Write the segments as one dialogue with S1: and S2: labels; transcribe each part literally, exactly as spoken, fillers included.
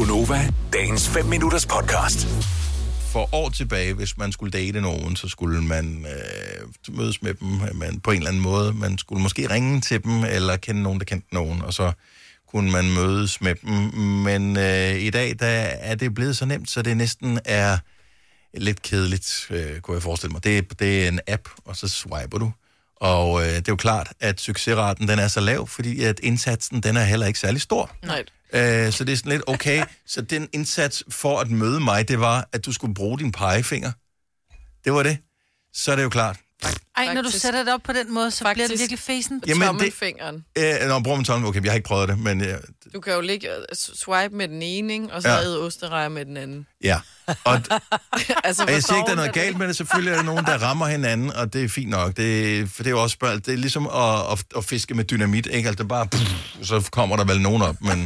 S1: Gonova, dagens fem minutters podcast.
S2: For år tilbage, hvis man skulle date nogen, så skulle man øh, mødes med dem man, på en eller anden måde. Man skulle måske ringe til dem, eller kende nogen, der kendte nogen, og så kunne man mødes med dem. Men øh, i dag der er det blevet så nemt, så det næsten er lidt kedeligt, øh, kunne jeg forestille mig. Det, det er en app, og så swiper du. Og øh, det er jo klart, at succesraten den er så lav, fordi at indsatsen den er heller ikke særlig stor.
S3: Nej.
S2: Øh, så det er sådan lidt okay. Så den indsats for at møde mig, det var, at du skulle bruge din pegefinger. Det var det. Så er det jo klart.
S4: Ej, når du sætter det op på den måde, så Faktisk. bliver det virkelig fæsen.
S3: Jamen, tommelfingeren.
S2: Øh, når man bruger min tommel, okay, jeg har ikke prøvet det, men... Øh,
S3: du kan jo ligge swipe med den ene, ikke? Og så ja. æde osterejer med den anden.
S2: Ja. Og,
S3: altså,
S2: og jeg siger ikke, der er noget galt med det. Selvfølgelig er der nogen, der rammer hinanden, og det er fint nok. Det, for det er jo også spørg, det er ligesom at, at, at fiske med dynamit, ikke? Altså bare... Pff, så kommer der vel nogen op, men...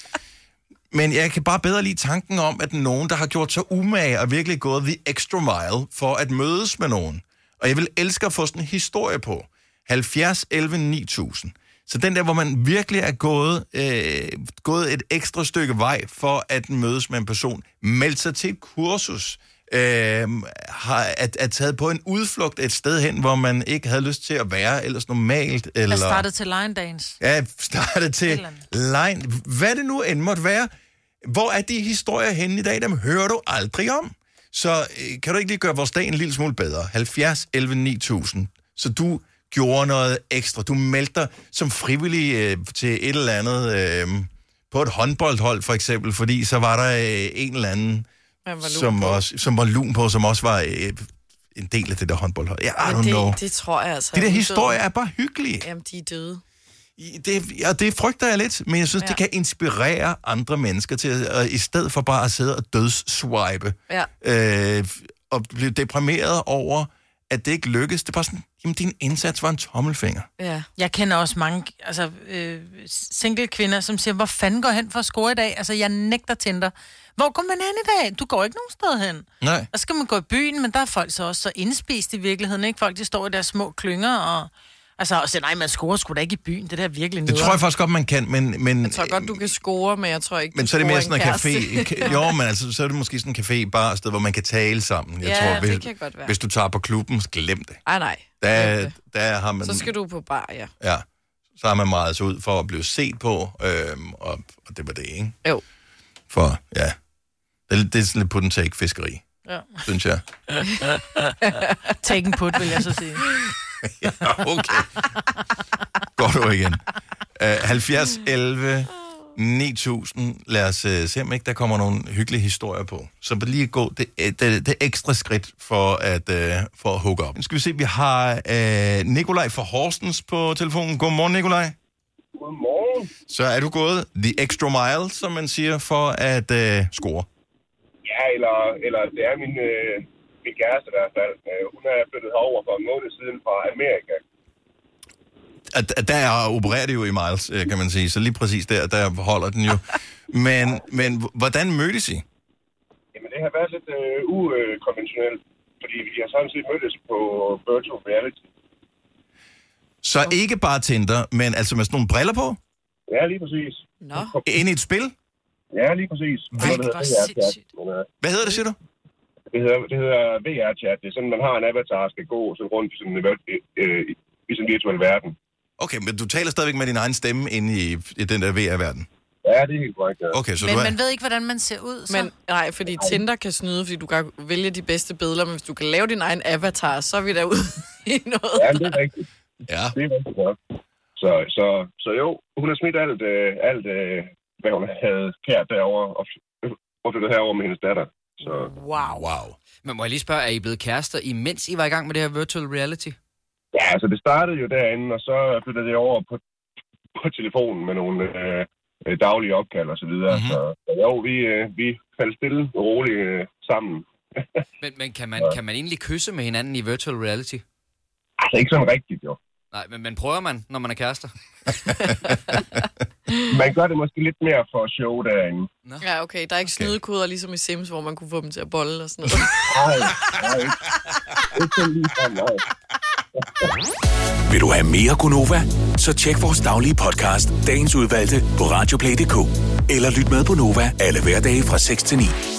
S2: Men jeg kan bare bedre lide tanken om, at nogen, der har gjort sig umage og virkelig gået the extra mile for at mødes med nogen. Og jeg vil elske at få sådan en historie på. halvfjerds elleve ni tusind. Så den der, hvor man virkelig er gået, øh, gået et ekstra stykke vej for at mødes med en person. Meldt sig til et kursus. Øh, har, at, at taget på en udflugt et sted hen, hvor man ikke havde lyst til at være ellers normalt. Eller...
S4: Jeg startede til line dance.
S2: Ja, startede til line. Hvad det nu end måtte være. Hvor er de historier henne i dag? Dem hører du aldrig om. Så øh, kan du ikke lige gøre vores dag en lille smule bedre? halvfjerds elleve ni tusind. Så du gjorde noget ekstra. Du meldte dig som frivillig øh, til et eller andet, øh, på et håndboldhold for eksempel, fordi så var der øh, en eller anden, som, også, som var lun på, som også var øh, en del af det der håndboldhold. Ja, I don't
S3: det,
S2: know.
S3: Det tror jeg altså.
S2: De der historier er bare hyggelige.
S3: Jamen, de er døde.
S2: Det, ja, det frygter jeg lidt, men jeg synes, ja. det kan inspirere andre mennesker til, at, i stedet for bare at sidde og dødsswipe,
S3: ja.
S2: øh, og blive deprimeret over, at det ikke lykkes. Det er bare sådan, jamen din indsats var en tommelfinger.
S4: Ja. Jeg kender også mange altså, øh, single kvinder, som siger, hvor fanden går hen for at score i dag? Altså, jeg nægter Tinder. Hvor går man hen i dag? Du går ikke nogen sted hen.
S2: Nej.
S4: Og så skal man gå i byen, men der er folk så også så indspist i virkeligheden, ikke? Folk, de står i deres små klynger og... Altså, og siger, nej, man scorer sgu da ikke i byen. Det der er virkelig noget.
S2: Det tror jeg faktisk godt, man kan, men... men
S3: jeg tror godt, du kan score, men jeg tror ikke,
S2: men så er det mere sådan en café. Jo, men altså, så er det måske sådan en café, bar sted, hvor man kan tale sammen. Jeg
S3: ja,
S2: tror,
S3: det
S2: hvis,
S3: kan godt være.
S2: Hvis du tager på klubben, så glem det.
S3: Ej, nej.
S2: Der, der har man...
S3: Så skal du på bar, ja.
S2: Ja. Så har man meget så ud for at blive set på, øhm, og, og det var det, ikke?
S3: Jo.
S2: For, ja... Det, det er sådan lidt put and take fiskeri, ja. Synes jeg.
S4: Take and put, vil jeg så sige.
S2: Ja, okay. Går du igen. Uh, halvfjerds elleve ni tusind. Lad os uh, se, om ikke der kommer nogle hyggelige historier på. Så lige gå det, det, det ekstra skridt for at, uh, for at hook op. Nu skal vi se, vi har uh, Nikolaj fra Horsens på telefonen. Godmorgen, Nikolaj.
S5: Godmorgen.
S2: Så er du gået the extra mile, som man siger, for at uh, score?
S5: Ja, eller, eller det er min, øh, min kæreste i hvert fald. Øh, hun er flyttet herover for en måned siden fra Amerika.
S2: At, at der opererer det jo i miles, kan man sige. Så lige præcis der, der holder den jo. Men, men hvordan mødtes I?
S5: Jamen, det har været lidt øh, ukonventionelt, fordi vi har sådan set mødtes på virtual reality.
S2: Så ikke bare Tinder, men altså med sådan nogle briller på?
S5: Ja, lige præcis.
S3: Nå.
S2: Ind i et spil?
S5: Ja, lige præcis.
S2: Hvad, det hedder, Hvad hedder det, siger du?
S5: Det hedder, det hedder V R-chat. Det er sådan, man har en avatar, der skal gå sådan rundt i sådan en øh, i sådan en virtuel verden.
S2: Okay, men du taler stadigvæk med din egen stemme inde i, i den der V R-verden?
S5: Ja, det er helt korrekt, ja.
S2: Okay, så
S4: men
S2: du er...
S4: man ved ikke, hvordan man ser ud, så?
S3: Men, nej, fordi Tinder kan snyde, fordi du kan vælge de bedste billeder, men hvis du kan lave din egen avatar, så er vi derude i noget.
S5: Ja, det er rigtigt.
S2: Ja.
S5: Det er rigtigt godt. Så, så, så jo, hun har smidt alt, øh, alt øh, hvad hun havde kært derovre, og, og flyttet herover med hendes datter. Så.
S2: Wow, wow.
S6: Men må jeg lige spørge, er I blevet kærester, imens I var i gang med det her virtual reality?
S5: Ja, altså det startede jo derinde, og så flyttede det over på, på telefonen med nogle øh, daglige opkald og så videre. Mm-hmm. Så, så jo, vi, øh, vi faldt stille og roligt øh, sammen.
S6: men men kan, man, kan man egentlig kysse med hinanden i virtual reality?
S5: Altså ikke sådan rigtigt, jo.
S6: Nej, men, men prøver man, når man er kærester?
S5: Man gør det måske lidt mere for show derinde.
S3: No. Ja, okay. Der er ikke snydekoder ligesom i Sims, hvor man kunne få dem til at bolle og sådan noget.
S5: Nej, nej. Ikke sådan lige frem, nej.
S1: Vil du have mere Gunova? Så tjek vores daglige podcast, dagens udvalgte, på radioplay punktum d k. Eller lyt med på Nova alle hverdage fra seks til ni.